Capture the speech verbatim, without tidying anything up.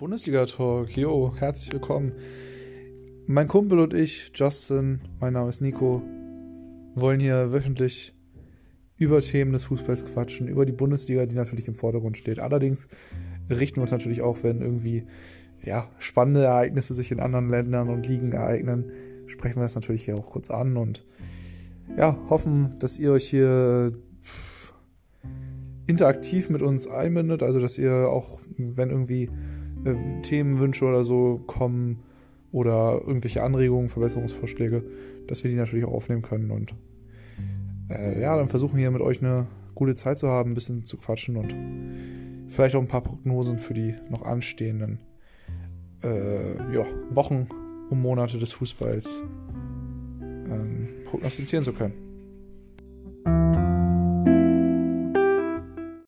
Bundesliga-Talk, jo, herzlich willkommen. Mein Kumpel und ich, Justin, mein Name ist Nico, wollen hier wöchentlich über Themen des Fußballs quatschen, über die Bundesliga, die natürlich im Vordergrund steht. Allerdings richten wir uns natürlich auch, wenn irgendwie ja, spannende Ereignisse sich in anderen Ländern und Ligen ereignen, sprechen wir das natürlich hier auch kurz an und ja, hoffen, dass ihr euch hier interaktiv mit uns einbindet, also dass ihr auch, wenn irgendwie äh, Themenwünsche oder so kommen oder irgendwelche Anregungen, Verbesserungsvorschläge, dass wir die natürlich auch aufnehmen können und äh, ja, dann versuchen wir hier mit euch eine gute Zeit zu haben, ein bisschen zu quatschen und vielleicht auch ein paar Prognosen für die noch anstehenden äh, ja, Wochen und Monate des Fußballs ähm, prognostizieren zu können.